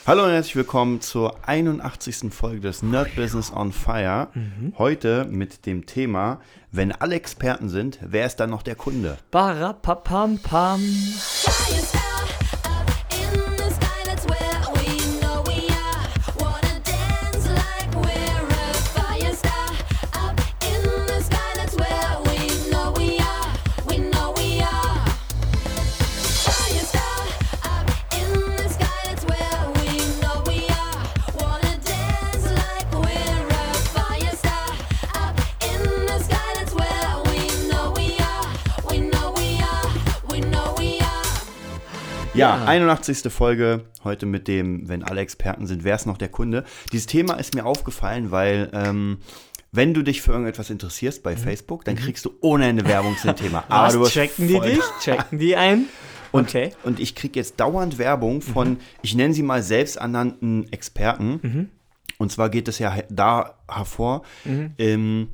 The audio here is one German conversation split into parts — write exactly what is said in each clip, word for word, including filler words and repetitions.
Hallo und herzlich willkommen zur einundachtzigsten Folge des Nerd Business on Fire. Mhm. Heute mit dem Thema, wenn alle Experten sind, wer ist dann noch der Kunde? Barapapam pam. Ja, einundachtzigste Folge, heute mit dem, wenn alle Experten sind, wer ist noch der Kunde? Dieses Thema ist mir aufgefallen, weil ähm, wenn du dich für irgendetwas interessierst bei mhm. Facebook, dann kriegst du ohne Ende Werbung zu dem Thema. Aber du checken die dich? Checken die ein? Und, okay. und ich kriege jetzt dauernd Werbung von, mhm. ich nenne sie mal selbsternannten Experten. Mhm. Und zwar geht es ja da hervor, mhm. ähm,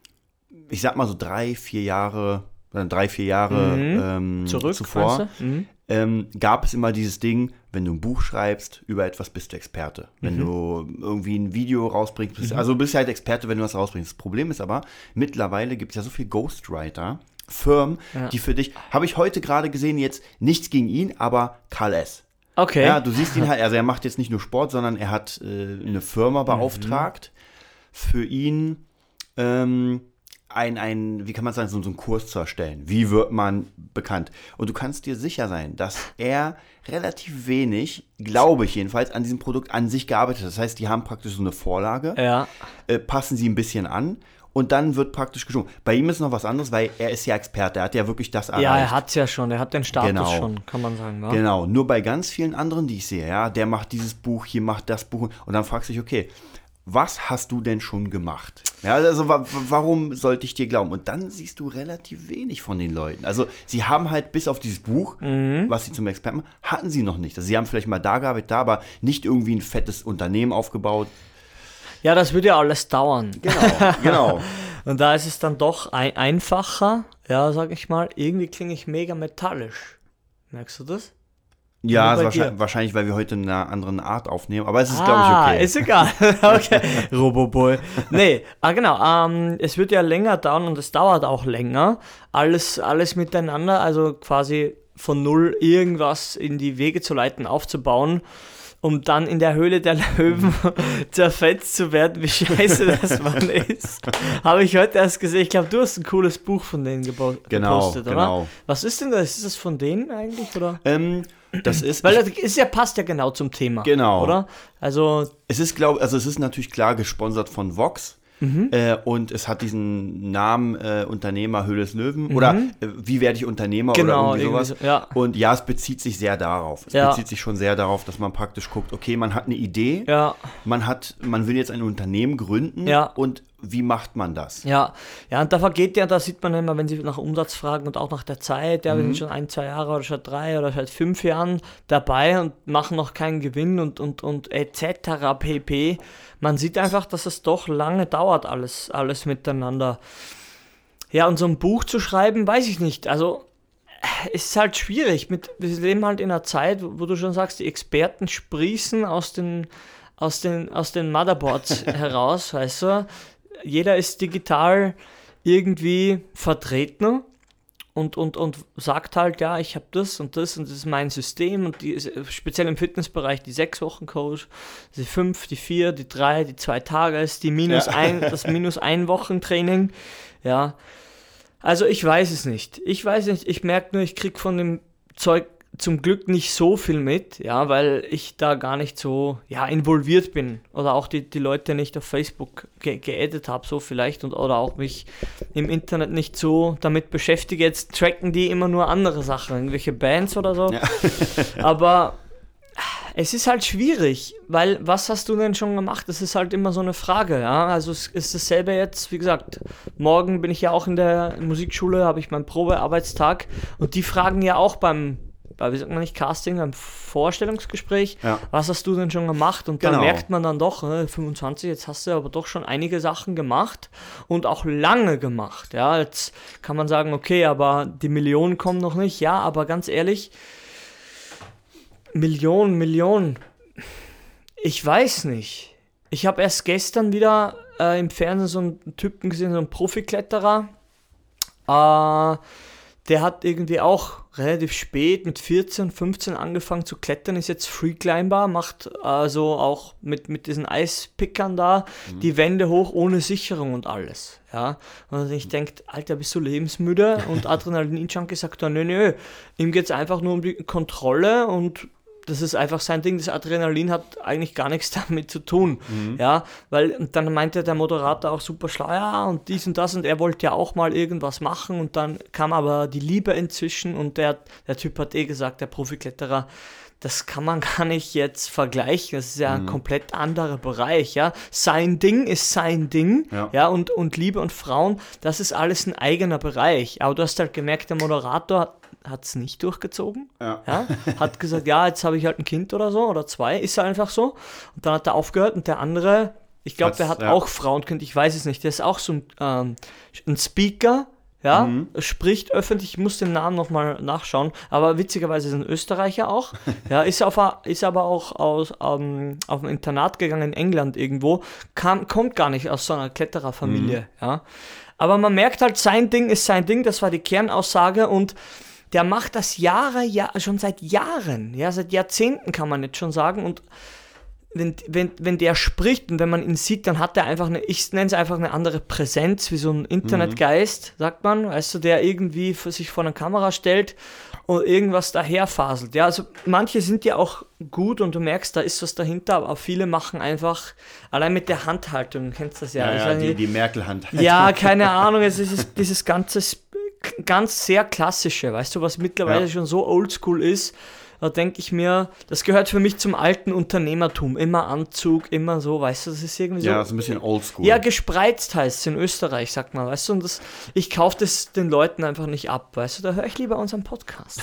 ich sag mal so drei, vier Jahre, drei, vier Jahre mhm. ähm, Zurück, zuvor. Mhm. Ähm, gab es immer dieses Ding, wenn du ein Buch schreibst, über etwas bist du Experte. Wenn mhm. du irgendwie ein Video rausbringst, bist, mhm. also bist du halt Experte, wenn du was rausbringst. Das Problem ist aber, mittlerweile gibt es ja so viele Ghostwriter, Firmen, ja. die für dich, habe ich heute gerade gesehen, jetzt nichts gegen ihn, aber Karl S. Okay. Ja, du siehst ihn halt, also er macht jetzt nicht nur Sport, sondern er hat äh, eine Firma beauftragt, mhm. für ihn ähm, Ein, ein, wie kann man sagen, so, so einen Kurs zu erstellen. Wie wird man bekannt? Und du kannst dir sicher sein, dass er relativ wenig, glaube ich jedenfalls, an diesem Produkt an sich gearbeitet hat. Das heißt, die haben praktisch so eine Vorlage, ja. äh, passen sie ein bisschen an und dann wird praktisch geschwungen. Bei ihm ist noch was anderes, weil er ist ja Experte, er hat ja wirklich das erreicht. Ja, er hat es ja schon, er hat den Status genau. schon, kann man sagen. Ja? Genau, nur bei ganz vielen anderen, die ich sehe, ja, der macht dieses Buch, hier macht das Buch und dann fragst du dich, okay, was hast du denn schon gemacht? Ja, also wa- warum sollte ich dir glauben? Und dann siehst du relativ wenig von den Leuten. Also sie haben halt bis auf dieses Buch, mhm. was sie zum Experten machen, hatten sie noch nicht. Also sie haben vielleicht mal da gearbeitet, da, aber nicht irgendwie ein fettes Unternehmen aufgebaut. Ja, das würde ja alles dauern. Genau, genau. Und da ist es dann doch ein- einfacher, ja, sag ich mal, irgendwie klinge ich mega metallisch. Merkst du das? Ja, also wahrscheinlich, wahrscheinlich, weil wir heute in einer anderen Art aufnehmen, aber es ist, ah, glaube ich, okay. Ist egal. Okay, Roboboy. Nee, ah genau, ähm, es wird ja länger dauern und es dauert auch länger, alles, alles miteinander, also quasi von null irgendwas in die Wege zu leiten, aufzubauen, um dann in der Höhle der Löwen zerfetzt zu werden, wie scheiße das Mann ist. Habe ich heute erst gesehen. Ich glaube, du hast ein cooles Buch von denen gebo- genau, gepostet, oder? Genau. Was ist denn das? Ist das von denen eigentlich, oder? Ähm, das ist... Weil das ist ja, passt ja genau zum Thema. Genau. Oder? Also... Es ist, glaube also es ist natürlich klar gesponsert von Vox. Mhm. Äh, und es hat diesen Namen äh, Unternehmer Höhle des Löwen mhm. oder äh, wie werde ich Unternehmer genau, oder irgendwie sowas. Irgendwie so, ja. Und ja, es bezieht sich sehr darauf. Es ja. bezieht sich schon sehr darauf, dass man praktisch guckt, okay, man hat eine Idee, ja. man hat, man will jetzt ein Unternehmen gründen ja. und wie macht man das? Ja, ja, und da vergeht ja, da sieht man immer, wenn sie nach Umsatz fragen und auch nach der Zeit, ja, wir mhm. sind schon ein, zwei Jahre oder schon drei oder seit fünf Jahren dabei und machen noch keinen Gewinn und, und, und et cetera pp. Man sieht einfach, dass es doch lange dauert, alles, alles miteinander. Ja, und so ein Buch zu schreiben, weiß ich nicht, also es ist halt schwierig. Mit, wir leben halt in einer Zeit, wo, wo du schon sagst, die Experten sprießen aus den, aus den, aus den Motherboards heraus, weißt du. Jeder ist digital irgendwie vertreten und, und, und sagt halt, ja, ich habe das und das und das ist mein System und die, speziell im Fitnessbereich die sechs Wochen Coach, die fünf, die vier, die drei, die zwei Tages, die minus ja. ein, das minus ein Wochen Training, ja. Also ich weiß es nicht. Ich weiß nicht, ich merke nur, ich kriege von dem Zeug zum Glück nicht so viel mit, ja, weil ich da gar nicht so ja, involviert bin oder auch die, die Leute nicht auf Facebook ge- geaddet habe, so vielleicht und oder auch mich im Internet nicht so damit beschäftige. Jetzt tracken die immer nur andere Sachen, irgendwelche Bands oder so. Ja. Aber es ist halt schwierig, weil was hast du denn schon gemacht? Das ist halt immer so eine Frage, ja. Also es ist dasselbe jetzt, wie gesagt, morgen bin ich ja auch in der Musikschule, habe ich meinen Probearbeitstag und die fragen ja auch beim Bei, wie sagt man nicht, Casting, beim Vorstellungsgespräch, ja. Was hast du denn schon gemacht? Und dann genau. merkt man dann doch, äh, fünfundzwanzig, jetzt hast du aber doch schon einige Sachen gemacht und auch lange gemacht. Ja, jetzt kann man sagen, okay, aber die Millionen kommen noch nicht. Ja, aber ganz ehrlich, Millionen, Millionen. Ich weiß nicht. Ich habe erst gestern wieder äh, im Fernsehen so einen Typen gesehen, so einen Profikletterer. Äh, der hat irgendwie auch relativ spät mit vierzehn, fünfzehn angefangen zu klettern, ist jetzt Freeclimber, macht also auch mit, mit diesen Eispickern da mhm. die Wände hoch ohne Sicherung und alles. Ja? Und ich denke, Alter, bist du lebensmüde? Und Adrenalin-Junkie sagt dann, nö, nö, ihm geht es einfach nur um die Kontrolle und das ist einfach sein Ding, das Adrenalin hat eigentlich gar nichts damit zu tun, mhm. ja, weil und dann meinte der Moderator auch super schlau, ja, und dies und das und er wollte ja auch mal irgendwas machen und dann kam aber die Liebe inzwischen und der, der Typ hat eh gesagt, der Profikletterer, das kann man gar nicht jetzt vergleichen, das ist ja mhm. ein komplett anderer Bereich, ja, sein Ding ist sein Ding, ja, ja und, und Liebe und Frauen, das ist alles ein eigener Bereich, aber du hast halt gemerkt, der Moderator hat hat es nicht durchgezogen, ja. Ja, hat gesagt, ja, jetzt habe ich halt ein Kind oder so, oder zwei, ist ja einfach so. Und dann hat er aufgehört und der andere, ich glaube, der hat ja. auch Frauenkind, ich weiß es nicht, der ist auch so ein, ähm, ein Speaker, ja, mhm. spricht öffentlich, ich muss den Namen nochmal nachschauen, aber witzigerweise ist er ein Österreicher auch, ja, ist, auf, ist aber auch aus, ähm, auf ein Internat gegangen in England irgendwo, kam, kommt gar nicht aus so einer Klettererfamilie, mhm. ja. Aber man merkt halt, sein Ding ist sein Ding, das war die Kernaussage und der macht das Jahre, ja, schon seit Jahren, ja, seit Jahrzehnten kann man jetzt schon sagen und wenn, wenn, wenn der spricht und wenn man ihn sieht, dann hat er einfach eine, ich nenne es einfach eine andere Präsenz, wie so ein Internetgeist, mhm. sagt man, weißt du, der irgendwie für sich vor eine Kamera stellt und irgendwas daherfaselt, ja, also manche sind ja auch gut und du merkst, da ist was dahinter, aber viele machen einfach, allein mit der Handhaltung, du kennst das ja. Ja, ja die, die Merkel-Handhaltung. Ja, keine Ahnung, es ist dieses ganze ganz sehr klassische, weißt du, was mittlerweile ja. schon so oldschool ist, da denke ich mir, das gehört für mich zum alten Unternehmertum, immer Anzug, immer so, weißt du, das ist irgendwie so. Ja, so ein bisschen oldschool. Ja, gespreizt heißt es in Österreich, sagt man, weißt du, und das, ich kaufe das den Leuten einfach nicht ab, weißt du, da höre ich lieber unseren Podcast.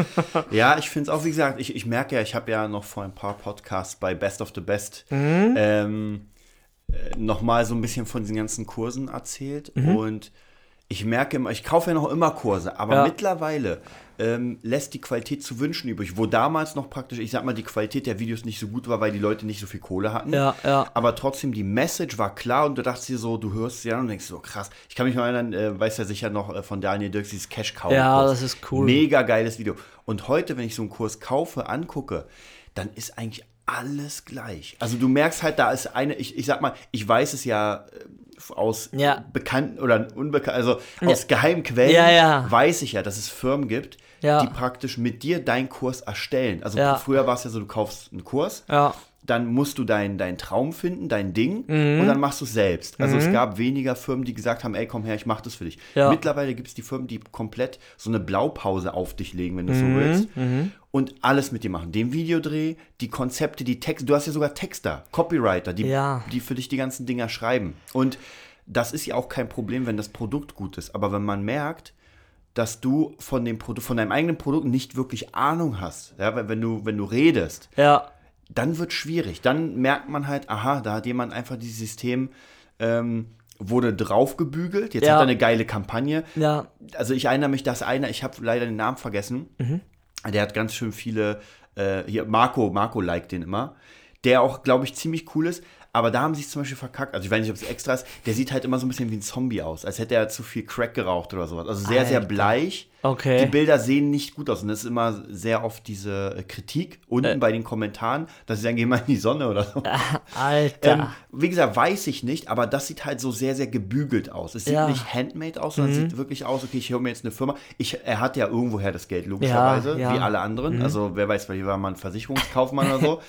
Ja, ich finde es auch, wie gesagt, ich, ich merke ja, ich habe ja noch vor ein paar Podcasts bei Best of the Best mhm. ähm, äh, nochmal so ein bisschen von diesen ganzen Kursen erzählt mhm. und ich merke immer, ich kaufe ja noch immer Kurse, aber ja. mittlerweile ähm, lässt die Qualität zu wünschen übrig, wo damals noch praktisch, ich sag mal, die Qualität der Videos nicht so gut war, weil die Leute nicht so viel Kohle hatten, ja, ja. aber trotzdem die Message war klar und du dachtest dir so, du hörst es ja und denkst so, krass, ich kann mich noch erinnern, äh, weiß ja sicher noch äh, von Daniel Dirks, dieses Cash-Cow. Ja, das ist cool. Mega geiles Video. Und heute, wenn ich so einen Kurs kaufe, angucke, dann ist eigentlich alles gleich. Also du merkst halt, da ist eine, ich, ich sag mal, ich weiß es ja aus ja. bekannten oder unbekannten, also aus ja. geheimen Quellen ja, ja. weiß ich ja, dass es Firmen gibt, ja. die praktisch mit dir deinen Kurs erstellen. Also ja. früher war es ja so, du kaufst einen Kurs, ja. dann musst du deinen dein Traum finden, dein Ding mhm. und dann machst du es selbst. Also mhm. es gab weniger Firmen, die gesagt haben, ey, komm her, ich mach das für dich. Ja. Mittlerweile gibt es die Firmen, die komplett so eine Blaupause auf dich legen, wenn du mhm. so willst. Mhm. Und alles mit dir machen. Den Videodreh, die Konzepte, die Texte. Du hast ja sogar Texter, Copywriter, die, ja. die für dich die ganzen Dinger schreiben. Und das ist ja auch kein Problem, wenn das Produkt gut ist. Aber wenn man merkt, dass du von dem Produkt, von deinem eigenen Produkt nicht wirklich Ahnung hast, ja, wenn du, wenn du redest, ja. dann wird es schwierig. Dann merkt man halt, aha, da hat jemand einfach dieses System, ähm, wurde draufgebügelt, jetzt ja. hat er eine geile Kampagne. Ja. Also ich erinnere mich, dass einer, ich habe leider den Namen vergessen, mhm. der hat ganz schön viele, äh, hier, Marco, Marco liked den immer, der auch, glaube ich, ziemlich cool ist. Aber da haben sie es zum Beispiel verkackt. Also ich weiß nicht, ob es extra ist. Der sieht halt immer so ein bisschen wie ein Zombie aus. Als hätte er zu viel Crack geraucht oder sowas. Also sehr, Alter. sehr bleich. Okay. Die Bilder sehen nicht gut aus. Und das ist immer sehr oft diese Kritik unten äh. bei den Kommentaren, dass sie sagen, geh mal in die Sonne oder so. Alter. Ähm, wie gesagt, weiß ich nicht. Aber das sieht halt so sehr, sehr gebügelt aus. Es sieht ja. nicht handmade aus, sondern mhm. sieht wirklich aus, okay, ich höre mir jetzt eine Firma. Ich, er hat ja irgendwoher das Geld, logischerweise, ja, ja. wie alle anderen. Mhm. Also wer weiß, vielleicht war man ein Versicherungskaufmann oder so.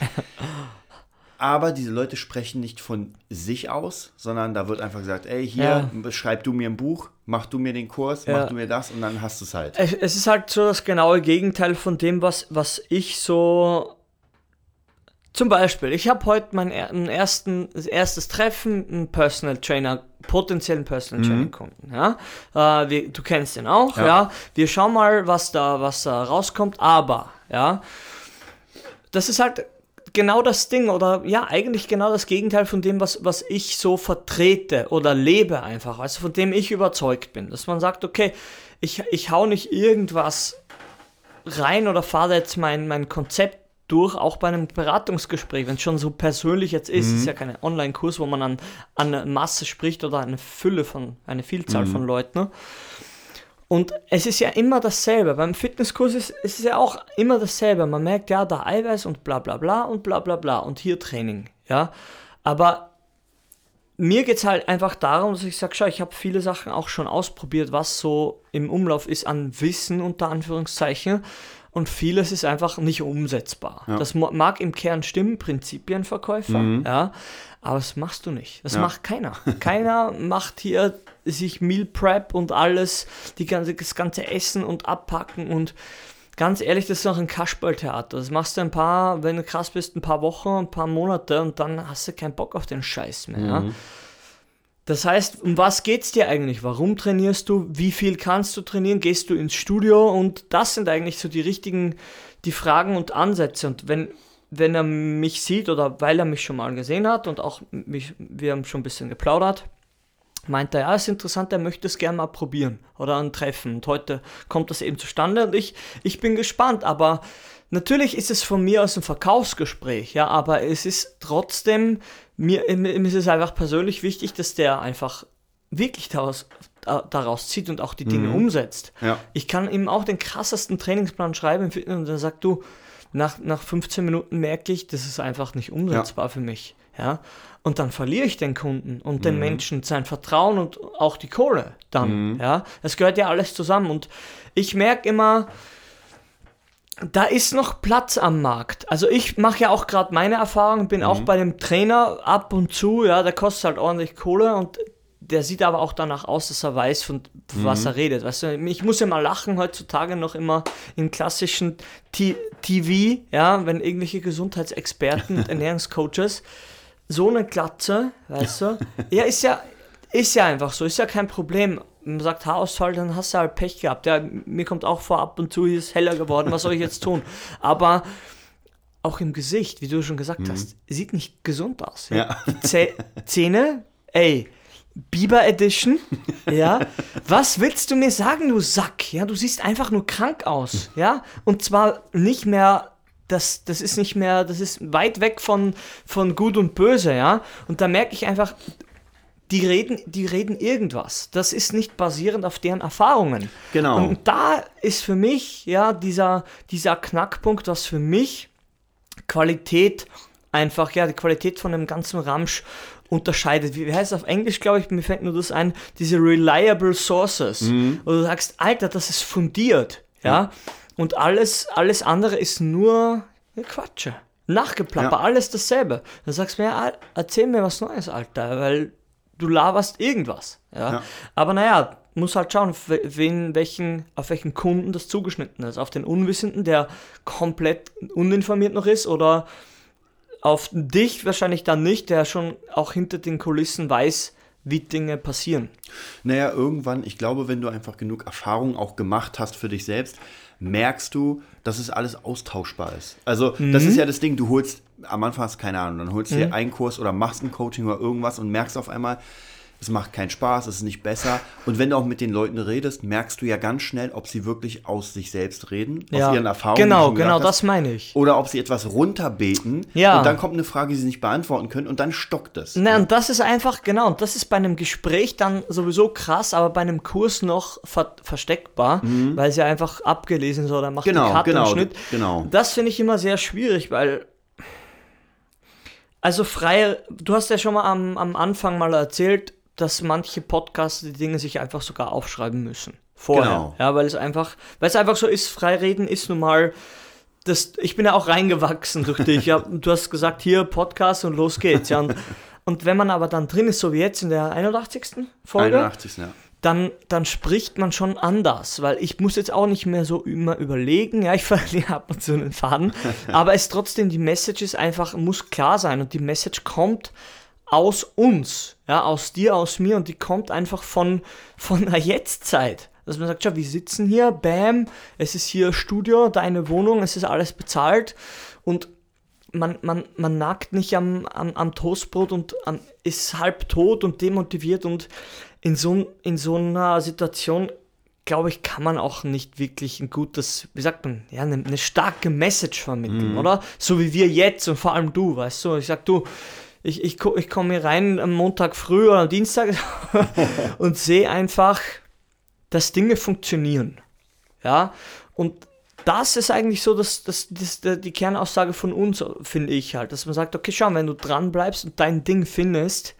Aber diese Leute sprechen nicht von sich aus, sondern da wird einfach gesagt, ey, hier, ja. schreib du mir ein Buch, mach du mir den Kurs, ja. mach du mir das und dann hast du es halt. Es, es ist halt so das genaue Gegenteil von dem, was, was ich so... Zum Beispiel, ich habe heute mein ersten, erstes Treffen, einen Personal Trainer, potenziellen Personal Trainer mhm. Kunden. Ja? Äh, wir, du kennst den auch, ja. ja. Wir schauen mal, was da, was da rauskommt, aber, ja, das ist halt... genau das Ding oder ja, eigentlich genau das Gegenteil von dem, was, was ich so vertrete oder lebe einfach, also von dem ich überzeugt bin, dass man sagt, okay, ich, ich hau nicht irgendwas rein oder fahre jetzt mein, mein Konzept durch, auch bei einem Beratungsgespräch, wenn es schon so persönlich jetzt ist, Mhm. ist ja kein Online-Kurs, wo man an, an eine Masse spricht oder eine Fülle von, eine Vielzahl Mhm. von Leuten. Ne? Und es ist ja immer dasselbe. Beim Fitnesskurs ist, ist es ja auch immer dasselbe. Man merkt, ja, da Eiweiß und bla bla bla und bla bla bla und hier Training. Ja, aber mir geht es halt einfach darum, dass ich sage, schau, ich habe viele Sachen auch schon ausprobiert, was so im Umlauf ist an Wissen unter Anführungszeichen, und vieles ist einfach nicht umsetzbar. Ja. Das mo- mag im Kern stimmen, Prinzipienverkäufer, Mhm. ja, aber das machst du nicht. Das Ja. macht keiner. Keiner macht hier sich Meal Prep und alles, die ganze, das ganze Essen und Abpacken, und ganz ehrlich, das ist noch ein Kasperltheater. Das machst du ein paar, wenn du krass bist, ein paar Wochen, ein paar Monate, und dann hast du keinen Bock auf den Scheiß mehr. Ja? Mhm. Das heißt, um was geht's dir eigentlich? Warum trainierst du? Wie viel kannst du trainieren? Gehst du ins Studio? Und das sind eigentlich so die richtigen, die Fragen und Ansätze. Und wenn, wenn er mich sieht, oder weil er mich schon mal gesehen hat und auch mich, wir haben schon ein bisschen geplaudert, meint er, ja, ist interessant, er möchte es gerne mal probieren oder ein Treffen. Und heute kommt das eben zustande, und ich, ich bin gespannt. Aber natürlich ist es von mir aus ein Verkaufsgespräch, ja, aber es ist trotzdem, mir, mir ist es einfach persönlich wichtig, dass der einfach wirklich daraus, da- daraus zieht und auch die Dinge Mhm. umsetzt. Ja. Ich kann ihm auch den krassesten Trainingsplan schreiben im Fitness, und dann sagt du, nach, nach fünfzehn Minuten merke ich, das ist einfach nicht umsetzbar für mich. Ja? Und dann verliere ich den Kunden und den Mhm. Menschen sein Vertrauen und auch die Kohle dann. Mhm. Ja? Das gehört ja alles zusammen. Und ich merke immer, da ist noch Platz am Markt. Also ich mache ja auch gerade meine Erfahrung, bin auch bei dem Trainer ab und zu, ja, der kostet halt ordentlich Kohle, und der sieht aber auch danach aus, dass er weiß, von was er redet. Weißt du, ich muss ja mal lachen heutzutage noch immer im klassischen T- TV, ja, wenn irgendwelche Gesundheitsexperten und Ernährungscoaches so eine Glatze, weißt du, ja, ist ja, ist ja einfach so, ist ja kein Problem. Man sagt Haarausfall, dann hast du halt Pech gehabt. Ja, mir kommt auch vor, ab und zu ist es heller geworden, was soll ich jetzt tun? Aber auch im Gesicht, wie du schon gesagt hast, sieht nicht gesund aus. Ja? Ja. Die Zäh- Zähne, ey, Bieber Edition, ja, was willst du mir sagen, du Sack? Ja, du siehst einfach nur krank aus, ja, und zwar nicht mehr, das, das ist nicht mehr, das ist weit weg von, von Gut und Böse, ja, und da merke ich einfach, die reden, die reden irgendwas, das ist nicht basierend auf deren Erfahrungen. Genau. Und da ist für mich, ja, dieser, dieser Knackpunkt, was für mich Qualität einfach, ja, die Qualität von dem ganzen Ramsch unterscheidet. Wie, wie heißt es auf Englisch, glaube ich, mir fällt nur das ein, diese reliable sources. Wo du sagst, Alter, das ist fundiert, ja, und alles, alles andere ist nur ja, Quatsche. Nachgeplapper, Ja. alles dasselbe. Dann sagst du mir, ja, erzähl mir was Neues, Alter, weil du laberst irgendwas, ja. Ja. Aber naja, muss halt schauen, auf wen, welchen, auf welchen Kunden das zugeschnitten ist. Auf den Unwissenden, der komplett uninformiert noch ist, oder auf dich wahrscheinlich dann nicht, der schon auch hinter den Kulissen weiß, wie Dinge passieren. Naja, irgendwann, ich glaube, wenn du einfach genug Erfahrung auch gemacht hast für dich selbst, merkst du, dass es alles austauschbar ist. Also, das ist ja das Ding, du holst, am Anfang hast du keine Ahnung, dann holst du dir einen Kurs oder machst ein Coaching oder irgendwas und merkst auf einmal, es macht keinen Spaß, es ist nicht besser. Und wenn du auch mit den Leuten redest, merkst du ja ganz schnell, ob sie wirklich aus sich selbst reden, aus ihren Erfahrungen. wie du Genau, schon gesagt genau, hast, das meine ich. oder ob sie etwas runterbeten Ja. und dann kommt eine Frage, die sie nicht beantworten können und dann stockt es. Na, und das ist einfach, genau, und das ist bei einem Gespräch dann sowieso krass, aber bei einem Kurs noch ver- versteckbar, weil sie einfach abgelesen ist oder macht Genau, einen Cut genau, und Schnitt. genau. Das finde ich immer sehr schwierig, weil, also frei, du hast ja schon mal am, am Anfang mal erzählt, dass manche Podcasts die Dinge sich einfach sogar aufschreiben müssen. Vorher. Genau. Ja, weil es einfach, weil es einfach so ist, Freireden ist nun mal, das, ich bin ja auch reingewachsen durch dich. Ja, du hast gesagt, hier Podcast und los geht's. Ja, und, und wenn man aber dann drin ist, so wie jetzt in der einundachtzigsten Folge, einundachtzig, ja. dann, dann spricht man schon anders, weil ich muss jetzt auch nicht mehr so immer überlegen, ja, ich verliere ab und zu einen Faden, aber es trotzdem, die Message ist einfach, muss klar sein, und die Message kommt aus uns, ja, aus dir, aus mir, und die kommt einfach von, von der Jetztzeit. Dass man sagt, schau, wir sitzen hier, bam, es ist hier Studio, deine Wohnung, es ist alles bezahlt, und man, man, man nagt nicht am, am, am Toastbrot und am, ist halb tot und demotiviert, und in so, in so einer Situation glaube ich, kann man auch nicht wirklich ein gutes, wie sagt man, ja, eine, eine starke Message vermitteln, Mhm. oder? So wie wir jetzt und vor allem du, weißt du, ich sag du, ich, ich, ko- ich komme hier rein am Montag früh oder am Dienstag und sehe einfach, dass Dinge funktionieren, ja, und das ist eigentlich so das, das, das, das, die Kernaussage von uns, finde ich halt, dass man sagt, okay, schau, wenn du dran bleibst und dein Ding findest,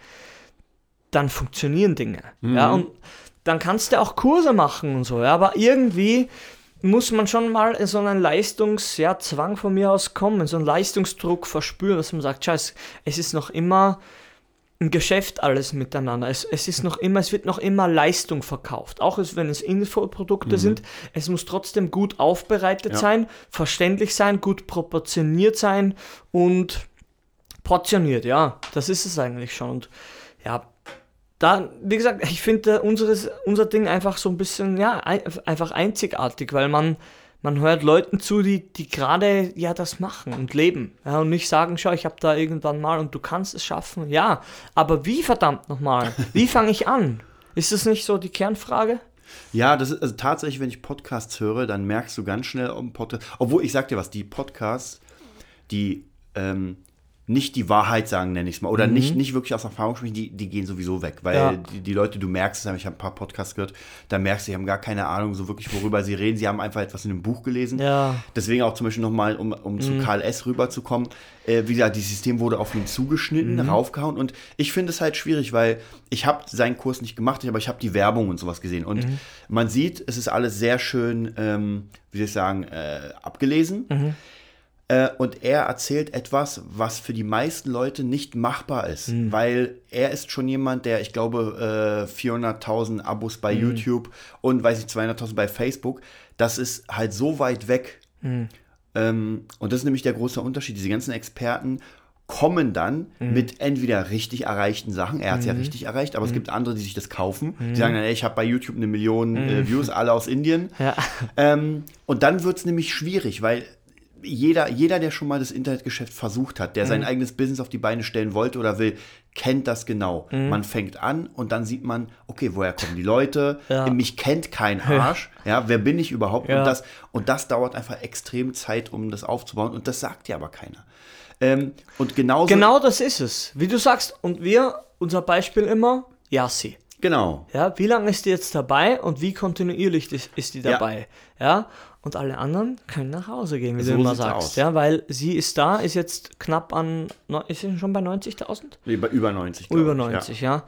dann funktionieren Dinge, Mhm. ja, und dann kannst du auch Kurse machen und so, ja, aber irgendwie muss man schon mal in so einen Leistungs-, ja, Zwang von mir aus kommen, in so einen Leistungsdruck verspüren, dass man sagt, schau, es, es ist noch immer ein Geschäft alles miteinander, es, es ist noch immer, es wird noch immer Leistung verkauft, auch wenn es Infoprodukte Mhm. sind, es muss trotzdem gut aufbereitet Ja. sein, verständlich sein, gut proportioniert sein und portioniert, ja, das ist es eigentlich schon und ja, da, wie gesagt, ich finde unseres, unser Ding einfach so ein bisschen, ja, ein, einfach einzigartig, weil man, man hört Leuten zu, die, die gerade ja das machen und leben. Ja, und nicht sagen, schau, ich habe da irgendwann mal und du kannst es schaffen. Ja, aber wie verdammt nochmal? Wie fange ich an? Ist das nicht so die Kernfrage? Ja, das ist also tatsächlich, wenn ich Podcasts höre, dann merkst du ganz schnell, ob ein Podcast, obwohl ich sag dir was, die Podcasts, die ähm, nicht die Wahrheit sagen, nenne ich es mal, oder Mhm. nicht, nicht wirklich aus Erfahrung sprechen, die, die gehen sowieso weg, weil Ja. die, die Leute, du merkst es, ich habe ein paar Podcasts gehört, da merkst du, die haben gar keine Ahnung so wirklich, worüber sie reden, sie haben einfach etwas in einem Buch gelesen. Ja. Deswegen auch zum Beispiel nochmal, um, um zu Karl S. rüberzukommen, äh, wie gesagt, dieses System wurde auf ihn zugeschnitten, Mhm. raufgehauen und ich finde es halt schwierig, weil ich habe seinen Kurs nicht gemacht, aber ich habe die Werbung und sowas gesehen und Mhm. man sieht, es ist alles sehr schön, ähm, wie soll ich sagen, äh, abgelesen. Mhm. Äh, und er erzählt etwas, was für die meisten Leute nicht machbar ist, Mhm. weil er ist schon jemand, der, ich glaube, äh, vierhunderttausend Abos bei Mhm. YouTube und, weiß ich, zweihunderttausend bei Facebook, das ist halt so weit weg. Mhm. Ähm, und das ist nämlich der große Unterschied. Diese ganzen Experten kommen dann Mhm. mit entweder richtig erreichten Sachen, er hat es ja richtig erreicht, aber es gibt andere, die sich das kaufen. Die sagen dann, ey, ich habe bei YouTube eine Million äh, Views, alle aus Indien. Ja. Ähm, und dann wird es nämlich schwierig, weil jeder, jeder, der schon mal das Internetgeschäft versucht hat, der sein eigenes Business auf die Beine stellen wollte oder will, kennt das genau. Man fängt an und dann sieht man, okay, woher kommen die Leute? Ja. Mich kennt kein Arsch. Ja, wer bin ich überhaupt? Ja. Und, das, und das dauert einfach extrem Zeit, um das aufzubauen. Und das sagt dir aber keiner. Ähm, und genauso. Genau das ist es. Wie du sagst, und wir, unser Beispiel immer, Yassi. Genau. Ja, wie lange ist die jetzt dabei und wie kontinuierlich ist, ist die Ja. dabei? Ja. Und alle anderen können nach Hause gehen, wie So du immer sieht's sagst. aus. Ja, weil sie ist da, ist jetzt knapp an, neu- ist sie schon bei neunzigtausend? Über, über neunzig. glaub Über ich, neunzig, ja.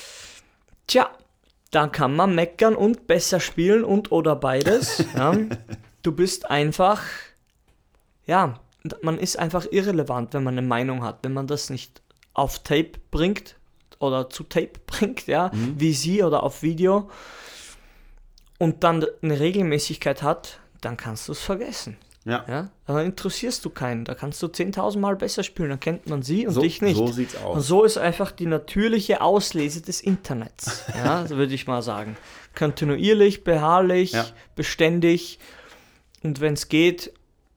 Tja, dann kann man meckern und besser spielen und oder beides. Ja. Du bist einfach, ja, man ist einfach irrelevant, wenn man eine Meinung hat, wenn man das nicht auf Tape bringt oder zu Tape bringt, ja, Mhm. wie sie oder auf Video und dann eine Regelmäßigkeit hat, dann kannst du es vergessen. Ja. ja. Ja? Dann interessierst du keinen, da kannst du zehntausend Mal besser spielen, dann kennt man sie und So, dich nicht. so sieht's aus. Und so ist einfach die natürliche Auslese des Internets, ja, so würde ich mal sagen. Kontinuierlich, beharrlich, Ja. beständig und wenn es geht,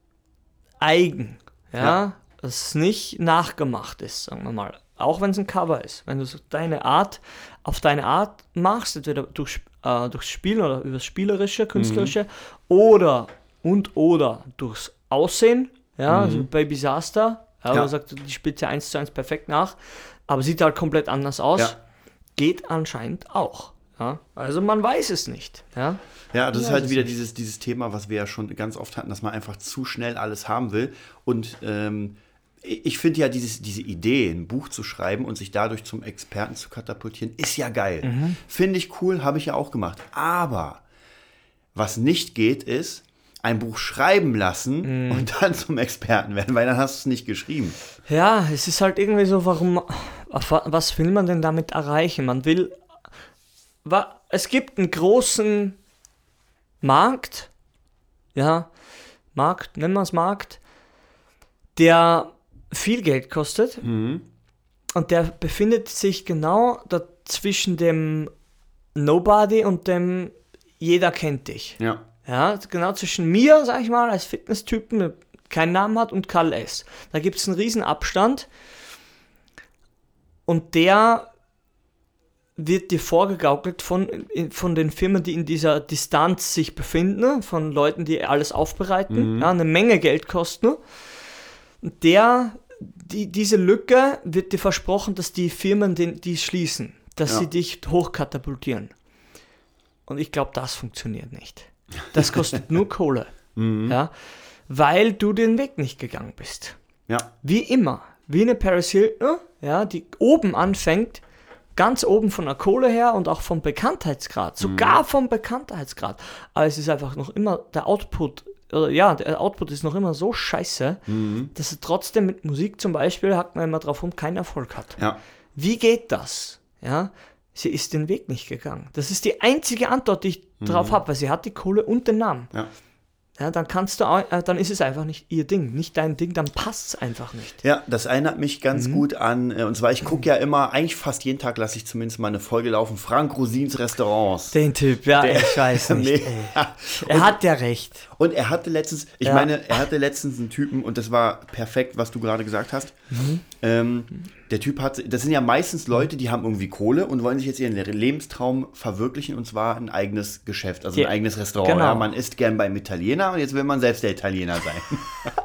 eigen, ja, Ja. dass es nicht nachgemacht ist, sagen wir mal. Auch wenn es ein Cover ist. Wenn du so deine Art auf deine Art machst, entweder durch, äh, durchs Spielen oder übers Spielerische, Künstlerische oder und oder durchs Aussehen, ja, Mhm. also Baby Disaster, ja, Ja. man sagt, die spielt ja eins zu eins perfekt nach, aber sieht halt komplett anders aus. Ja. Geht anscheinend auch. Ja? Also man weiß es nicht. Ja, Ja, das ist Ja, halt das wieder ist- dieses, dieses Thema, was wir ja schon ganz oft hatten, dass man einfach zu schnell alles haben will. Und ähm, ich finde ja, dieses, diese Idee, ein Buch zu schreiben und sich dadurch zum Experten zu katapultieren, ist ja geil. Mhm. Finde ich cool, habe ich ja auch gemacht. Aber was nicht geht, ist, ein Buch schreiben lassen Mhm. und dann zum Experten werden, weil dann hast du es nicht geschrieben. Ja, es ist halt irgendwie so, warum, was will man denn damit erreichen? Man will, wa- es gibt einen großen Markt, ja, Markt, nennen wir es Markt, der viel Geld kostet Mhm. und der befindet sich genau dazwischen dem Nobody und dem Jeder kennt dich. Ja. Ja, genau zwischen mir, sag ich mal, als Fitnesstypen, der keinen Namen hat, und Karl S. Da gibt es einen riesen Abstand und der wird dir vorgegaukelt von, von den Firmen, die in dieser Distanz sich befinden, von Leuten, die alles aufbereiten, mhm. ja, eine Menge Geld kosten. Der, die, diese Lücke wird dir versprochen, dass die Firmen den, die schließen, dass ja. sie dich hochkatapultieren. Und ich glaube, das funktioniert nicht. Das kostet nur Kohle, mhm. ja, weil du den Weg nicht gegangen bist. Ja. Wie immer, wie eine Paris Hilton, ja, die oben anfängt, ganz oben von der Kohle her und auch vom Bekanntheitsgrad, sogar mhm. vom Bekanntheitsgrad. Aber es ist einfach noch immer der Output, oder ja, der Output ist noch immer so scheiße, mhm. dass er trotzdem mit Musik zum Beispiel, hackt man immer drauf rum, keinen Erfolg hat. Ja. Wie geht das? Ja, sie ist den Weg nicht gegangen. Das ist die einzige Antwort, die ich mhm. drauf habe, weil sie hat die Kohle und den Namen. Ja. Ja, dann kannst du, auch, dann ist es einfach nicht ihr Ding, nicht dein Ding, dann passt es einfach nicht. Ja, das erinnert mich ganz mhm. gut an, und zwar, ich gucke ja immer, eigentlich fast jeden Tag lasse ich zumindest mal eine Folge laufen, Frank Rosins Restaurants. Den Typ, ja, Der, ich weiß nicht. Er hat ja recht. Und er hatte letztens, ich ja. meine, er hatte letztens einen Typen, und das war perfekt, was du gerade gesagt hast. Mhm. Ähm, der Typ hat, das sind ja meistens Leute, die haben irgendwie Kohle und wollen sich jetzt ihren Lebenstraum verwirklichen, und zwar ein eigenes Geschäft, also ja. ein eigenes Restaurant. Genau. Ja, man isst gern beim Italiener und jetzt will man selbst der Italiener sein.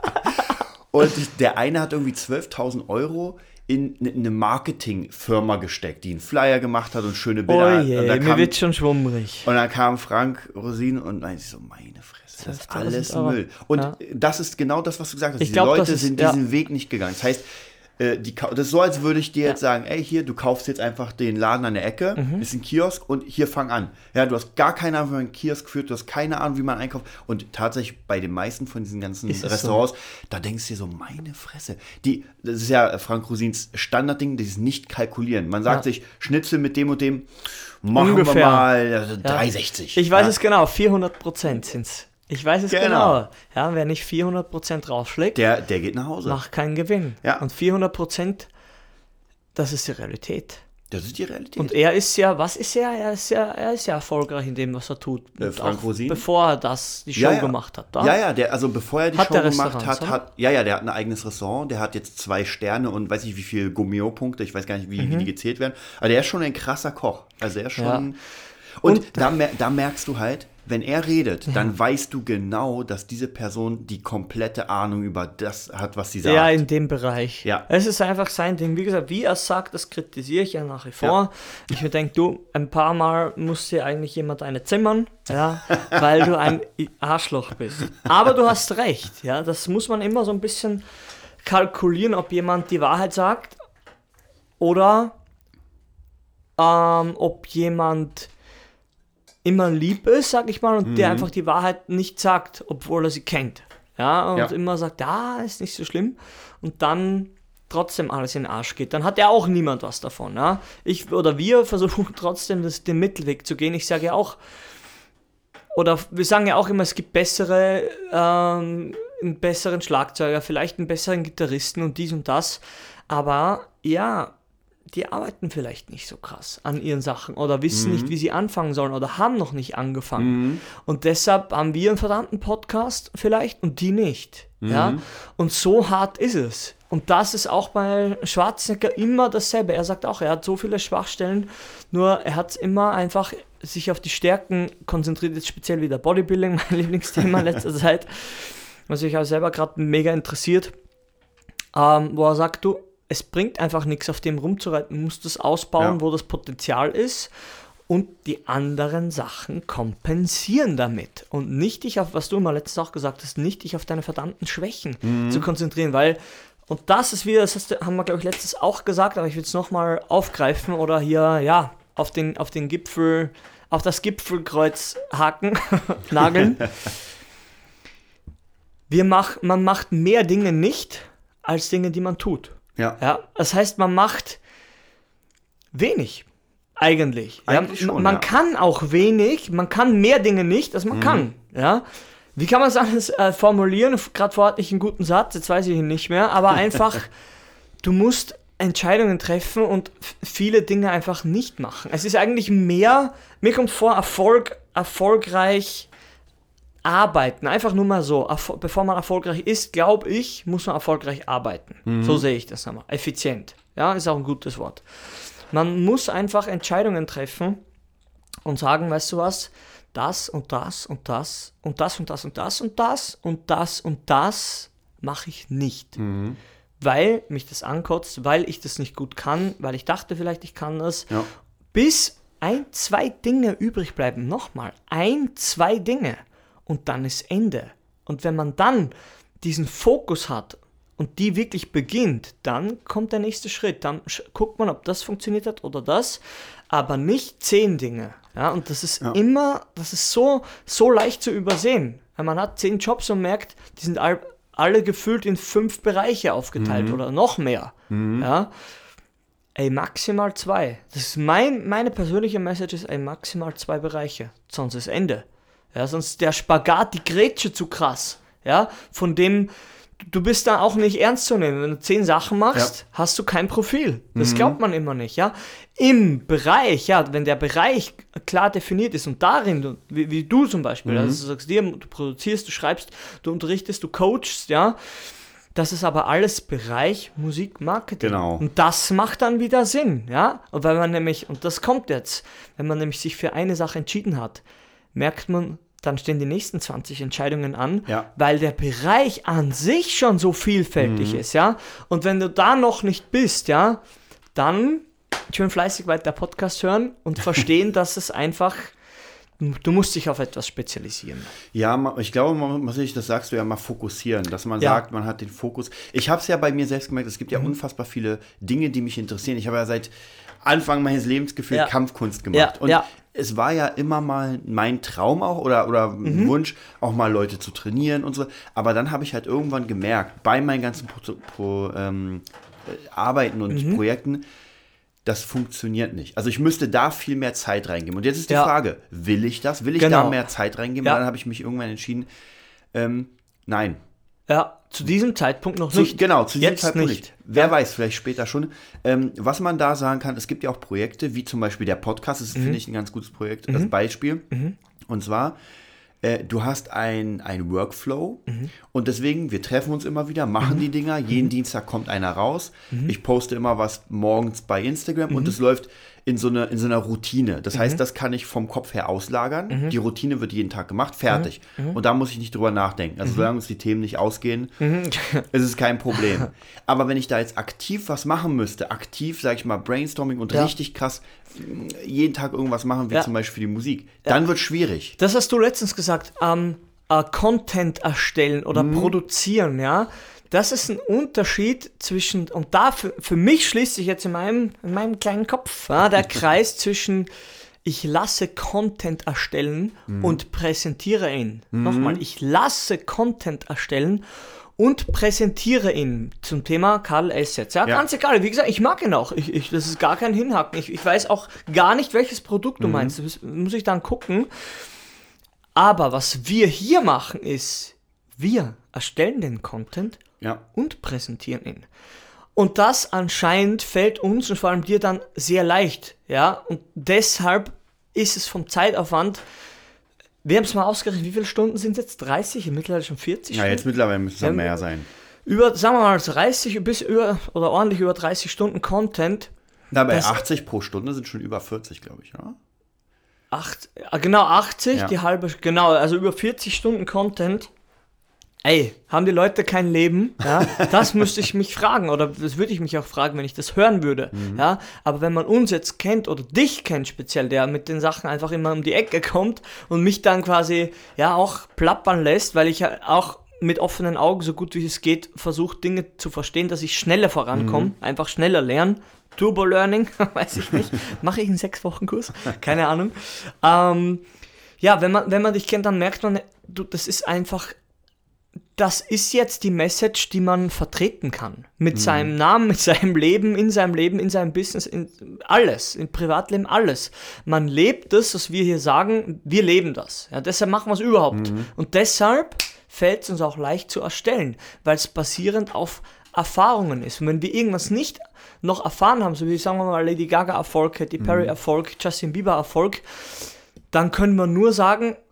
Und der eine hat irgendwie zwölftausend Euro in eine Marketingfirma gesteckt, die einen Flyer gemacht hat und schöne Bilder. Oh je, mir kam, wird schon schwummrig. Und dann kam Frank Rosin und meinte so, meine Fresse, das ist alles Müll. Und ja. das ist genau das, was du gesagt hast. Ich Diese glaub, Leute ist, sind ja. diesen Weg nicht gegangen. Das heißt, Die, das ist so, als würde ich dir jetzt ja. sagen, ey, hier, du kaufst jetzt einfach den Laden an der Ecke, mhm. ist ein Kiosk und hier fang an. Ja, du hast gar keine Ahnung, wie man einen Kiosk führt, du hast keine Ahnung, wie man einkauft. Und tatsächlich bei den meisten von diesen ganzen ist Restaurants, so? Da denkst du dir so, meine Fresse. Die, das ist ja Frank Rosins Standardding, dieses Nicht-Kalkulieren. Man sagt ja. sich, Schnitzel mit dem und dem, machen Ungefähr. wir mal also ja. drei sechzig. Ich weiß ja? es genau, vierhundert Prozent sind es. Ich weiß es genau. genau. Ja, wer nicht vierhundert Prozent draufschlägt, der, der geht nach Hause. Macht keinen Gewinn. Ja. Und vierhundert Prozent, das ist die Realität. Das ist die Realität. Und er ist ja, was ist er? Er ist ja, er ist ja erfolgreich in dem, was er tut. Äh, Frank Rosin? Bevor er das, die Show ja, ja. gemacht hat. Da ja, ja, der, also bevor er die hat Show gemacht hat, hat, ja, ja, der hat ein eigenes Restaurant, der hat jetzt zwei Sterne und weiß nicht, wie viele Gummio-Punkte, ich weiß gar nicht, wie, mhm. wie die gezählt werden. Aber der ist schon ein krasser Koch. Also er ist schon... Ja. Und, und da, da merkst du halt, wenn er redet, ja. dann weißt du genau, dass diese Person die komplette Ahnung über das hat, was sie sagt. Ja, in dem Bereich. Ja. Es ist einfach sein Ding. Wie gesagt, wie er sagt, das kritisiere ich ja nach wie vor. Ja. Ich mir denke, du, ein paar Mal muss dir eigentlich jemand eine zimmern, ja, weil du ein Arschloch bist. Aber du hast recht, ja, das muss man immer so ein bisschen kalkulieren, ob jemand die Wahrheit sagt oder ähm, ob jemand immer lieb ist, sag ich mal, und mhm. der einfach die Wahrheit nicht sagt, obwohl er sie kennt. Ja, und ja. immer sagt, ja, ist nicht so schlimm. Und dann trotzdem alles in den Arsch geht. Dann hat ja auch niemand was davon. Ja? Ich oder wir versuchen trotzdem das, den Mittelweg zu gehen. Ich sage ja auch, oder wir sagen ja auch immer, es gibt bessere, ähm, einen besseren Schlagzeuger, vielleicht einen besseren Gitarristen und dies und das. Aber ja, die arbeiten vielleicht nicht so krass an ihren Sachen oder wissen mhm. nicht, wie sie anfangen sollen oder haben noch nicht angefangen. Mhm. Und deshalb haben wir einen verdammten Podcast vielleicht und die nicht. Mhm. Ja? Und so hart ist es. Und das ist auch bei Schwarzenegger immer dasselbe. Er sagt auch, er hat so viele Schwachstellen, nur er hat immer einfach sich auf die Stärken konzentriert, jetzt speziell wieder Bodybuilding, mein Lieblingsthema in letzter Zeit, was mich auch selber gerade mega interessiert, ähm, wo er sagt, du, es bringt einfach nichts, auf dem rumzureiten. Du musst das ausbauen, ja. wo das Potenzial ist und die anderen Sachen kompensieren damit. Und nicht dich auf, was du immer letztens auch gesagt hast, nicht dich auf deine verdammten Schwächen mhm. zu konzentrieren, weil, und das ist wieder, das hast du, haben wir, glaube ich, letztens auch gesagt, aber ich will es nochmal aufgreifen oder hier, ja, auf den, auf den Gipfel, auf das Gipfelkreuz haken, nageln. Wir mach, man macht mehr Dinge nicht, als Dinge, die man tut. Ja. Ja, das heißt, man macht wenig, eigentlich. eigentlich ja, schon, man ja. kann auch wenig, man kann mehr Dinge nicht, als man mhm. kann. Ja? Wie kann man es anders äh, formulieren? Gerade vorher hatte ich einen guten Satz, jetzt weiß ich ihn nicht mehr, aber einfach, du musst Entscheidungen treffen und f- viele Dinge einfach nicht machen. Es ist eigentlich mehr, mir kommt vor, Erfolg, erfolgreich arbeiten, einfach nur mal so, erfol- bevor man erfolgreich ist, glaube ich, muss man erfolgreich arbeiten. Mhm. So sehe ich das nochmal. Effizient. Ja, ist auch ein gutes Wort. Man muss einfach Entscheidungen treffen und sagen, weißt du was, das und das und das und das und das und das und das und das und das mache ich nicht. Mhm. Weil mich das ankotzt, weil ich das nicht gut kann, weil ich dachte vielleicht, ich kann das. Ja. Bis ein, zwei Dinge übrig bleiben. Nochmal, ein, zwei Dinge. Und dann ist Ende. Und wenn man dann diesen Fokus hat und die wirklich beginnt, dann kommt der nächste Schritt. Dann sch- guckt man, ob das funktioniert hat oder das, aber nicht zehn Dinge. Ja, und das ist Ja. immer, das ist so, so leicht zu übersehen. Weil man hat zehn Jobs und merkt, die sind all, alle gefühlt in fünf Bereiche aufgeteilt Mhm. oder noch mehr. Mhm. Ja. Ey, maximal zwei. Das ist mein, meine persönliche Message ist, ey, maximal zwei Bereiche. Sonst ist Ende. Ja, sonst ist der Spagat, die Grätsche zu krass. Ja, von dem, du bist da auch nicht ernst zu nehmen. Wenn du zehn Sachen machst, Ja. hast du kein Profil. Das Mhm. glaubt man immer nicht, ja. Im Bereich, ja, wenn der Bereich klar definiert ist und darin, du, wie, wie du zum Beispiel, Mhm. also du sagst dir, du produzierst, du schreibst, du unterrichtest, du coachst, ja. Das ist aber alles Bereich Musikmarketing. Genau. Und das macht dann wieder Sinn, ja. Und wenn man nämlich, und das kommt jetzt, wenn man nämlich sich für eine Sache entschieden hat, merkt man, dann stehen die nächsten zwanzig Entscheidungen an, Ja. weil der Bereich an sich schon so vielfältig Mhm. ist, ja. Und wenn du da noch nicht bist, ja, dann schön fleißig weiter Podcast hören und verstehen, dass es einfach, du musst dich auf etwas spezialisieren. Ja, ma- ich glaube, man muss sich, das sagst du ja mal, fokussieren, dass man Ja. sagt, man hat den Fokus. Ich habe es ja bei mir selbst gemerkt, es gibt ja unfassbar viele Dinge, die mich interessieren. Ich habe ja seit Anfang meines Lebens gefühlt Ja. Kampfkunst gemacht. Ja, Und ja. es war ja immer mal mein Traum auch oder, oder Mhm. Wunsch, auch mal Leute zu trainieren und so. Aber dann habe ich halt irgendwann gemerkt, bei meinen ganzen Pro, Pro, ähm, äh, Arbeiten und Mhm. Projekten, das funktioniert nicht. Also ich müsste da viel mehr Zeit reingeben. Und jetzt ist die Ja. Frage, will ich das? Will ich Genau. da mehr Zeit reingeben? Ja. Und dann habe ich mich irgendwann entschieden, ähm, nein. Ja, zu diesem Zeitpunkt noch Zu, nicht. genau, zu diesem Jetzt Zeitpunkt nicht. nicht. Wer weiß, vielleicht später schon. Ähm, was man da sagen kann, es gibt ja auch Projekte, wie zum Beispiel der Podcast, das ist, Mhm. finde ich, ein ganz gutes Projekt, als Beispiel. Und zwar, äh, du hast ein, ein Workflow Mhm. und deswegen, wir treffen uns immer wieder, machen die Dinger, jeden Dienstag kommt einer raus. Ich poste immer was morgens bei Instagram und es läuft in so, eine, in so einer Routine. Das heißt, das kann ich vom Kopf her auslagern. Die Routine wird jeden Tag gemacht, fertig. Und da muss ich nicht drüber nachdenken. Also solange uns die Themen nicht ausgehen, ist es kein Problem. Aber wenn ich da jetzt aktiv was machen müsste, aktiv, sage ich mal, Brainstorming und Ja. richtig krass mh, jeden Tag irgendwas machen, wie Ja. zum Beispiel für die Musik, dann wird schwierig. Das hast du letztens gesagt, ähm, äh, Content erstellen oder Mhm. produzieren, ja. Das ist ein Unterschied zwischen, und da für, für mich schließt sich jetzt in meinem, in meinem kleinen Kopf ja, der Kreis zwischen, ich lasse Content erstellen Mhm. und präsentiere ihn. Nochmal, ich lasse Content erstellen und präsentiere ihn zum Thema Karl Essets. Ja, Ja. ganz egal, wie gesagt, ich mag ihn auch. Ich, ich, das ist gar kein Hinhaken. Ich, ich weiß auch gar nicht, welches Produkt du Mhm. meinst. Das muss ich dann gucken. Aber was wir hier machen ist, wir erstellen den Content Ja. und präsentieren ihn. Und das anscheinend fällt uns und vor allem dir dann sehr leicht. Ja, und deshalb ist es vom Zeitaufwand, wir haben es mal ausgerechnet, wie viele Stunden sind es jetzt? dreißig, mittlerweile schon vierzig Ja, jetzt mittlerweile müsste es Ja, mehr sein. Über, sagen wir mal, dreißig bis über, oder ordentlich über dreißig Stunden Content. Na, bei Das- achtzig pro Stunde sind schon über vierzig, glaube ich, ja? Acht, äh, genau achtzig, Ja. die halbe, genau, also über vierzig Stunden Content. Ey, haben die Leute kein Leben? Ja, das müsste ich mich fragen oder das würde ich mich auch fragen, wenn ich das hören würde. Ja, aber wenn man uns jetzt kennt oder dich kennt speziell, der mit den Sachen einfach immer um die Ecke kommt und mich dann quasi ja auch plappern lässt, weil ich ja auch mit offenen Augen so gut wie es geht versuche Dinge zu verstehen, dass ich schneller vorankomme, einfach schneller lernen. Turbo Learning, weiß ich nicht. Mache ich einen sechs Wochen Kurs? Keine Ahnung. Ähm, ja, wenn man, wenn man dich kennt, dann merkt man, du, das ist einfach, das ist jetzt die Message, die man vertreten kann. Mit seinem Namen, mit seinem Leben, in seinem Leben, in seinem Business, in alles, im Privatleben, alles. Man lebt das, was wir hier sagen, wir leben das. Ja, deshalb machen wir es überhaupt. Und deshalb fällt es uns auch leicht zu erstellen, weil es basierend auf Erfahrungen ist. Und wenn wir irgendwas nicht noch erfahren haben, so wie sagen wir mal Lady Gaga Erfolg, Katy Perry Erfolg, Justin Bieber Erfolg, dann können wir nur sagen,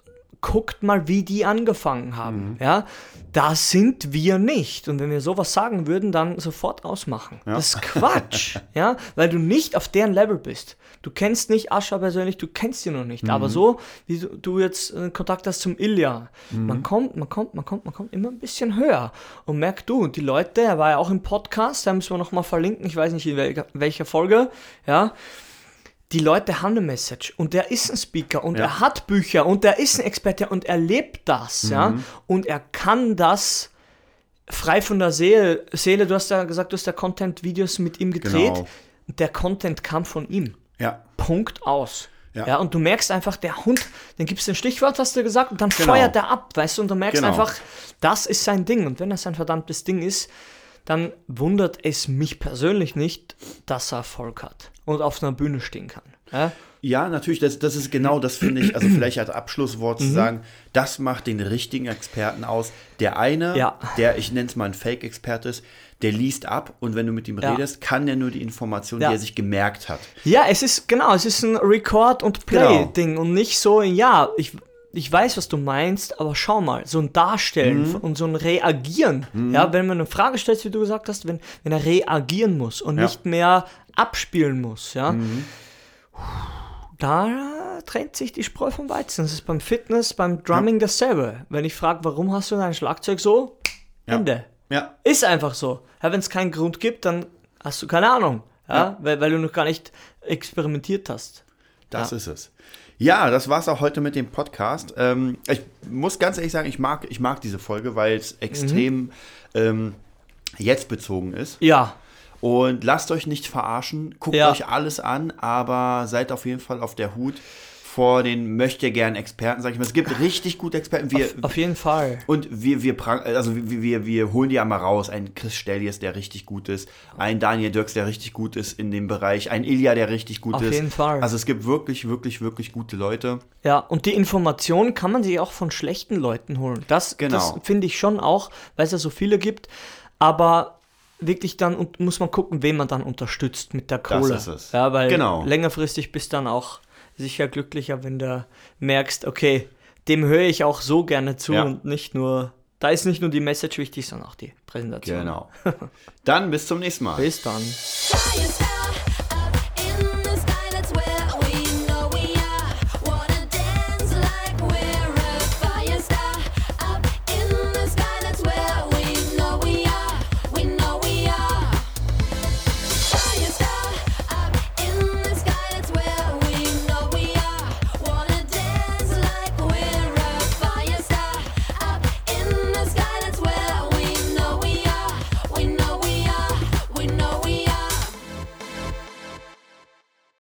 guckt mal, wie die angefangen haben. Mhm. Ja, da sind wir nicht. Und wenn wir sowas sagen würden, dann sofort ausmachen. Ja. Das ist Quatsch, ja, weil du nicht auf deren Level bist. Du kennst nicht Ascha persönlich, du kennst ihn noch nicht. Mhm. Aber so, wie du, du jetzt Kontakt hast zum Ilja, mhm. man kommt, man kommt, man kommt, man kommt immer ein bisschen höher. Und merk du, die Leute, er war ja auch im Podcast, da müssen wir nochmal verlinken, ich weiß nicht in welcher, welcher Folge, ja, die Leute haben eine Message und der ist ein Speaker und ja. er hat Bücher und der ist ein Experte und er lebt das, mhm. ja, und er kann das frei von der Seele, Seele, du hast ja gesagt, du hast ja Content-Videos mit ihm gedreht, genau. Der Content kam von ihm. Ja. Punkt aus. Ja. Ja, und du merkst einfach, der Hund, dann gibst du ein Stichwort, hast du gesagt, und dann genau. feuert er ab, weißt du, und du merkst genau. einfach, das ist sein Ding. Und wenn das sein verdammtes Ding ist, dann wundert es mich persönlich nicht, dass er Erfolg hat und auf einer Bühne stehen kann. Ja, ja natürlich, das, das ist genau das, finde ich, also vielleicht als Abschlusswort zu sagen, das macht den richtigen Experten aus. Der eine, ja. der, ich nenne es mal ein Fake-Experte ist, der liest ab und wenn du mit ihm ja. redest, kann der nur die Informationen, ja. die er sich gemerkt hat. Ja, es ist, genau, es ist ein Record- und Play-Ding genau. und nicht so, ja, ich, ich weiß, was du meinst, aber schau mal, so ein Darstellen mhm. und so ein Reagieren, mhm. ja, wenn man eine Frage stellt, wie du gesagt hast, wenn, wenn er reagieren muss und ja. nicht mehr abspielen muss, ja, mhm. da trennt sich die Spreu vom Weizen. Das ist beim Fitness, beim Drumming ja. dasselbe. Wenn ich frage, warum hast du dein Schlagzeug so? Ja. Ende. Ja. Ist einfach so. Ja, wenn es keinen Grund gibt, dann hast du keine Ahnung. Ja? Ja. Weil, weil du noch gar nicht experimentiert hast. Das ja. ist es. Ja, das war's auch heute mit dem Podcast. Ähm, ich muss ganz ehrlich sagen, ich mag, ich mag diese Folge, weil es extrem mhm. ähm, jetzt bezogen ist. Ja. Und lasst euch nicht verarschen, guckt ja. euch alles an, aber seid auf jeden Fall auf der Hut vor den möchte-gern-Experten, sag ich mal. Es gibt richtig gute Experten. Wir, auf, auf jeden Fall. Und wir, wir, also wir, wir, wir holen die ja mal raus. Ein Chris Stellies, der richtig gut ist. Ein Daniel Dirks, der richtig gut ist in dem Bereich. Ein Ilja, der richtig gut auf ist. Auf jeden Fall. Also es gibt wirklich, wirklich, wirklich gute Leute. Ja, und die Informationen kann man sich auch von schlechten Leuten holen. Das, genau. das finde ich schon auch, weil es ja so viele gibt. Aber wirklich dann und muss man gucken, wen man dann unterstützt mit der Kohle. Das ist es. Ja, weil genau. längerfristig bist du dann auch sicher glücklicher, wenn du merkst, okay, dem höre ich auch so gerne zu ja. und nicht nur, da ist nicht nur die Message wichtig, sondern auch die Präsentation. Genau. Dann bis zum nächsten Mal. Bis dann.